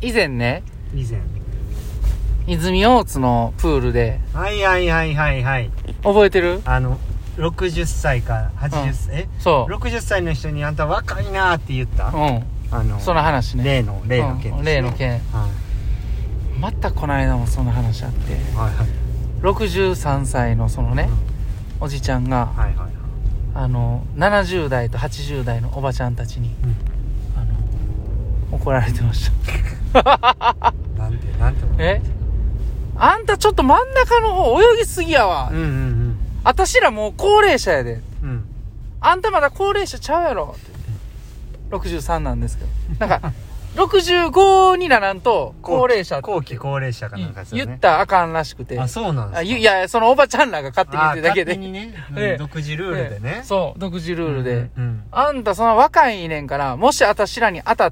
以前ね、 以前泉大津のプールで、 はい覚えてる ？60歳か80歳、 そう 60歳の人にあんた若いなって言った？ その話ね。 例の件ですね。 例の件。またこの間もその話あって、63歳のそのね、おじちゃんが、70代と80代のおばちゃんたちに、怒られてました。 なんてあんたちょっと真ん中の方泳ぎすぎやわ。あたしらもう高齢者やで。あんたまだ高齢者ちゃうやろって。63なんですけど。なんか、65にならんと高齢者って。 後期高齢者かなんかですよね。 言ったらあかんらしくて。 あ、そうなんですか。 いや、そのおばちゃんらが勝手に言ってるだけで。 勝手にね、独自ルールでね。 そう、独自ルールで。あんたその若いねんから、もしあたしらに当たって、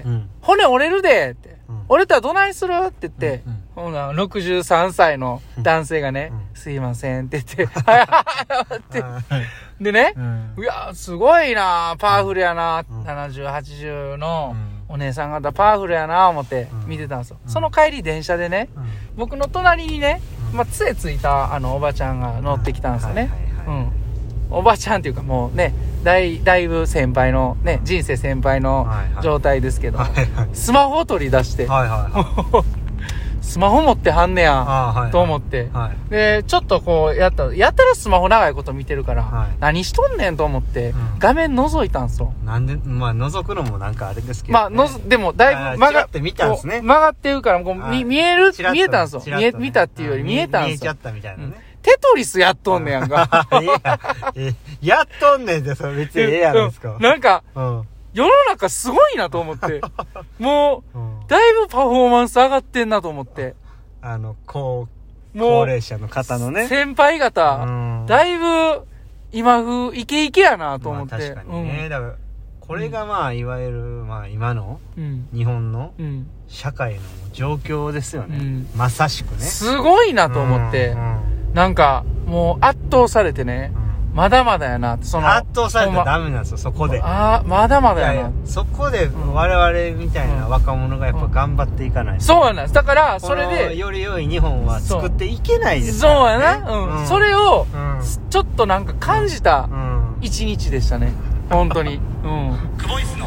骨折れるでって。折れたらどないするって言って、ほな、63歳の男性がね、すいませんって言って、ってでね、いや、すごいな、パワフルやな、70、80のお姉さん方パワフルやな、思って見てたんですよ。その帰り電車でね、僕の隣にね、杖ついたおばちゃんが乗ってきたんですよね。おばちゃんっていうかもうね、だいぶ先輩のね、人生先輩の状態ですけど、スマホを取り出して、スマホ持ってはんねやと思って、でちょっとこうやったらスマホ長いこと見てるから、何しとんねんと思って、画面覗いたんすよ。 なんで覗くのもなんかあれですけど、 でもだいぶ曲がって見たんですね。 曲がってるからこう見えたんすよ。見たっていうより見えたんすよ。 見えちゃったみたいなね。 テトリスやっとんねやんか。 やっとんねんで、それ別にやんですか。 なんか、世の中すごいなと思って、もう、だいぶパフォーマンス上がってんなと思って。 高齢者の方のね。 先輩方、だいぶ、今風、イケイケやなと思って。 確かにね。だから、これがいわゆる、今の、日本の、社会の状況ですよね。まさしくね。 すごいなと思って。なんか、もう圧倒されてね、まだまだやなって、 圧倒されたらダメなんですよ、そこで。 まだまだやな。 そこで、我々みたいな若者がやっぱ頑張っていかないと。 そうやな。だから、それで。 より良い日本は作っていけないですそうやな。それを、ちょっとなんか感じた一日でしたね。本当に。 クボイスの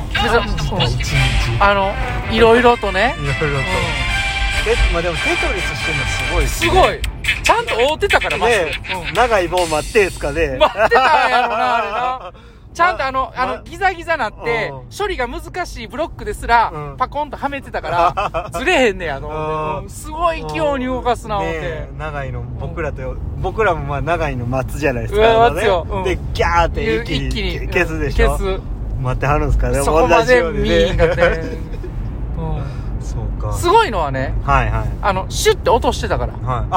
いろいろとね。 いろいろと。でもテトリスしてるのすごいですね。 すごい。ちゃんと覆ってたからね。長い棒待ってんすかね。 待ってたんやろな、あれな。ちゃんとギザギザなって、処理が難しいブロックですら、パコンとはめてたから、ずれへんねやと思って。すごい器用に動かすな、思って。 長いの、僕らも長いの待つじゃないですか。 待つよ。 で、ギャーって一気に消すでしょ。 消す。 待ってはるんすかね。 そこまで見ーんかって。 そうか。 すごいのはね、シュッて落としてたから。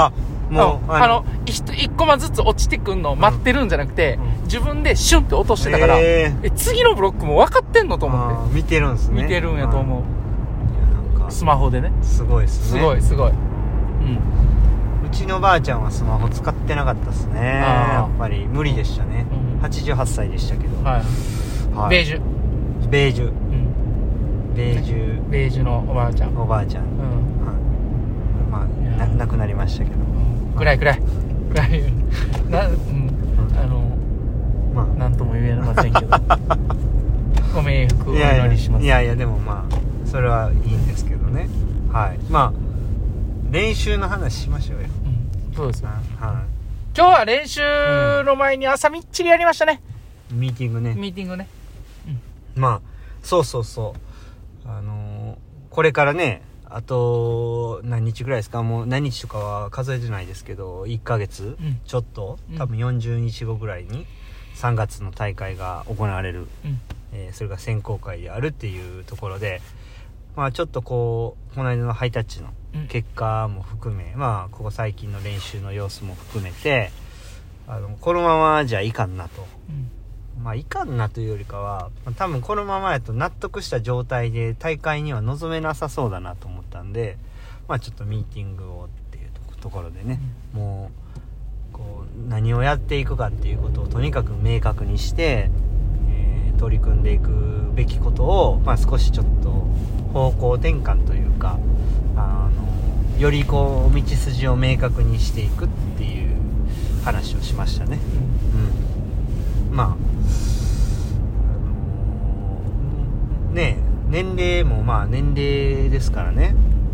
もう、一コマずつ落ちてくんのを待ってるんじゃなくて、自分でシュンって落としてたから、次のブロックも分かってんのと思って。 見てるんすね。 見てるんやと思う。スマホでね。 すごいっすね。 すごい。うちのばあちゃんはスマホ使ってなかったっすね。やっぱり無理でしたね。88歳でしたけど。 ベージュ。 ベージュ。 ベージュのおばあちゃん。 亡くなりましたけど。 暗い。なんとも言えませんけど。ご冥福をお祈りします。 いや、でもそれはいいんですけどね。練習の話しましょうよ。 そうですね。今日は練習の前に朝みっちりやりましたね。 ミーティングね。そう。これからね、あと何日ぐらいですか。もう何日とかは数えてないですけど、1ヶ月ちょっと、多分40日後ぐらいに3月の大会が行われる、それが選考会であるっていうところで、ちょっとこの間のハイタッチの結果も含め、ここ最近の練習の様子も含めて、このままじゃいかんなと、いかんなというよりかは、多分このままやと納得した状態で大会には臨めなさそうだなと思ったんで、ちょっとミーティングをっていうところでね、もう何をやっていくかっていうことをとにかく明確にして、 取り組んでいくべきことを、少しちょっと方向転換というかよりこう道筋を明確にしていくっていう話をしましたね。ねえ年齢も年齢ですからね。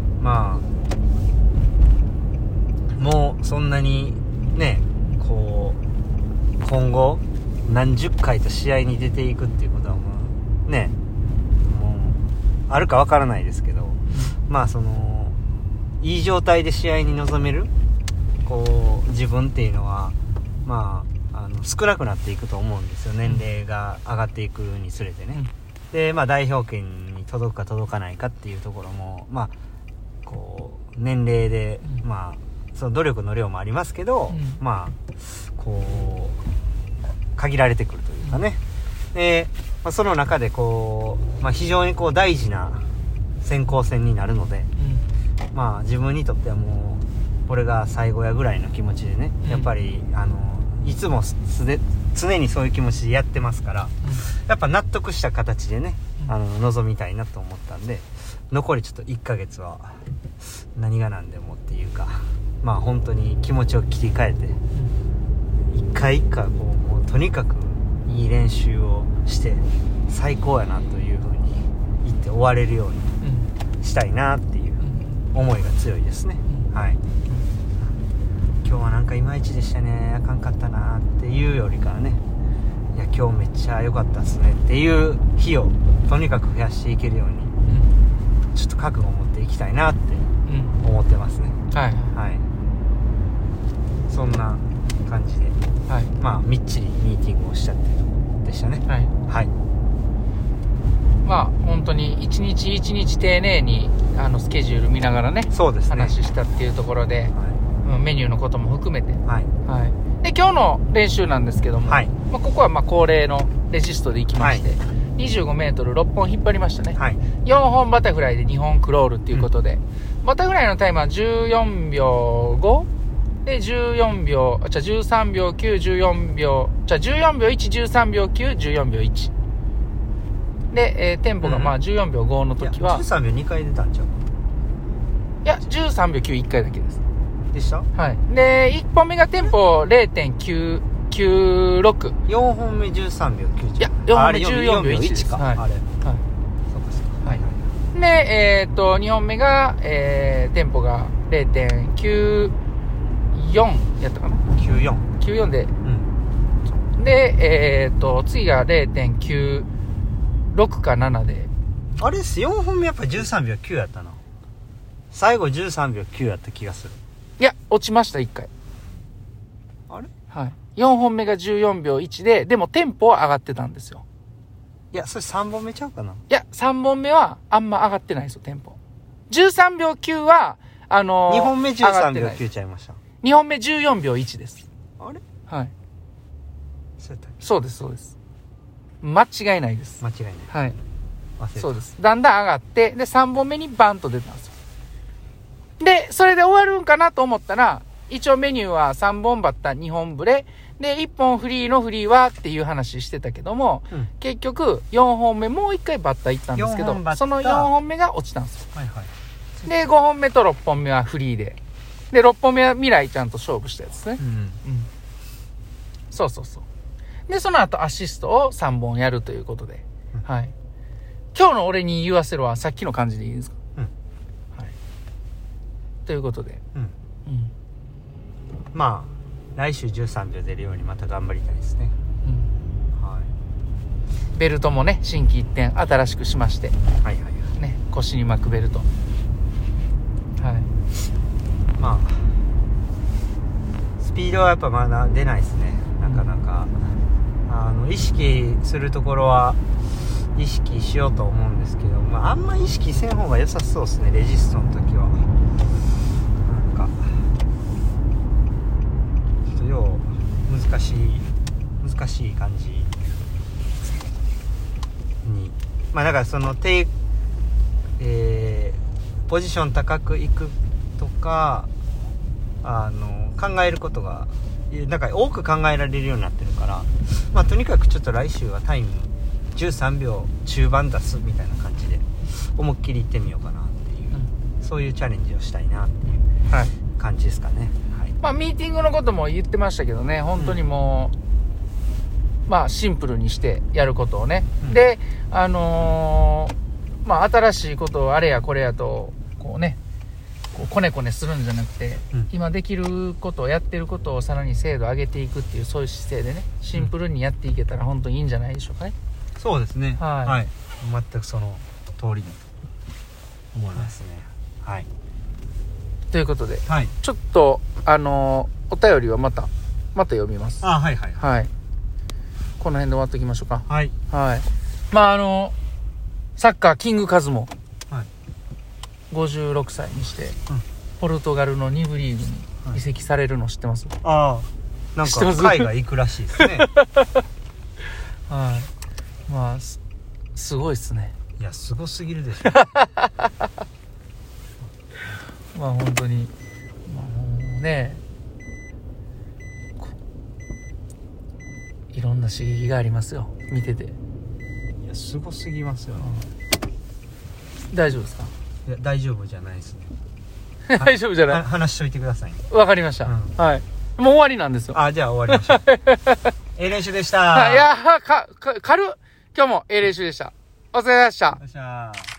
もうそんなにねこう今後何十回と試合に出ていくっていうことはもうねもうあるかわからないですけど、そのいい状態で試合に臨めるこう自分っていうのは少なくなっていくと思うんですよ。年齢が上がっていくにつれてね。で代表権に届くか届かないかっていうところもこう年齢でその努力の量もありますけど、こう限られてくるというかね。で、その中でこう、非常にこう大事な選考戦になるので、自分にとってはもうこれが最後やぐらいの気持ちでね、やっぱりいつも常にそういう気持ちでやってますから、やっぱ納得した形でね臨みたいなと思ったんで、残りちょっと1ヶ月は何が何でもっていうか本当に気持ちを切り替えて一回一回もうとにかくいい練習をして最高やなという風に言って終われるようにしたいなっていう思いが強いですね。今日はなんかいまいちでしたね、あかんかったなっていうよりからね、いや今日めっちゃ良かったっすねっていう日をとにかく増やしていけるようにちょっと覚悟を持っていきたいなって思ってますね。そんな感じで、みっちりミーティングをしたっていうところでしたね。 本当に一日一日丁寧にスケジュール見ながらね、 そうですね、 話したっていうところで、メニューのことも含めて、で今日の練習なんですけども、ここは恒例のレジストで行きまして、25メートル6本引っ張りましたね。4本バタフライで2本クロールっていうことで、バタフライのタイムは14秒5で13秒9、14秒14秒1、13秒9、14秒1で、テンポが14秒5の時は 13秒2回出たんちゃう？ いや13秒9 1回だけですでした。 で1本目がテンポ 0.996、 4本目13秒9、 いや4本目14秒1ですか、あれで2本目が、テンポが 0.94 やったかな、94で、で次が 0.96 か7で、 あれ4本目やっぱ13秒9やったな。最後13秒9やった気がする。 いや落ちました1回。 あれ 4本目が14秒1でもテンポは上がってたんですよ。 いやそれ3本目ちゃうかな。いや3本目はあんま上がってないですよ。テンポ13秒9は 2本目13秒9ちゃいました。 2本目14秒1です。 あれそうです間違いないです。 間違いない。 そうです。だんだん上がってで3本目にバンと出たんですよ。でそれで終わるんかなと思ったら、一応メニューは3本バッタ2本ブレで1本フリーのフリーはっていう話してたけども、結局4本目もう1回バッタ行ったんですけど、その4本目が落ちたんですよ。で5本目と6本目はフリーで6本目は未来ちゃんと勝負したやつですね。そうでその後アシストを3本やるということで、今日の俺に言わせるはさっきの感じでいいですか？ということで、 来週13秒出るようにまた頑張りたいですね。 ベルトもね心機一転新しくしまして、ね、腰に巻くベルト、 スピードはやっぱまだ出ないですね。なかなか意識するところは意識しようと思うんですけど、あんま意識せん方が良さそうですね。レジストの時はなんかちょっとよう難しい感じに、だからそのポジション高くいくとか考えることがなんか多く考えられるようになってるから、とにかくちょっと来週はタイム 13秒中盤出すみたいな感じで思いっきりいってみようかなっていう、そういうチャレンジをしたいなっていう感じですかね。はい。 まあミーティングのことも言ってましたけどね、本当にもう、まあシンプルにしてやることをね、でまあ新しいことをあれやこれやとこうねこねこねするんじゃなくて、今できることをやってることをさらに精度上げていくっていうそういう姿勢でねシンプルにやっていけたら本当にいいんじゃないでしょうかね。 そうですね。 はい、 はい、全くその通りに思いますね。はい。 ということで、 はい、 ちょっとお便りはまた読みます。 はいはいはい。この辺で終わっておきましょうか。 はいはい。まあサッカーキングカズも、はい、56歳にして、ポルトガルの2部リーグに移籍されるの知ってます？ ああ、なんか海外行くらしいですね。 はい。まあすごいっすね。 いや、すごすぎるでしょ。 まあ本当に、まあもうね、いろんな刺激がありますよ、見てて。 いや、すごすぎますよ。 大丈夫ですか？ いや、大丈夫じゃないですね。 大丈夫じゃない？ 話しといてくださいね。 わかりました、はい。もう終わりなんですよ。 じゃあ終わりましょう。練習でした。 いや軽っ。今日も練習でした。お疲れ様でした。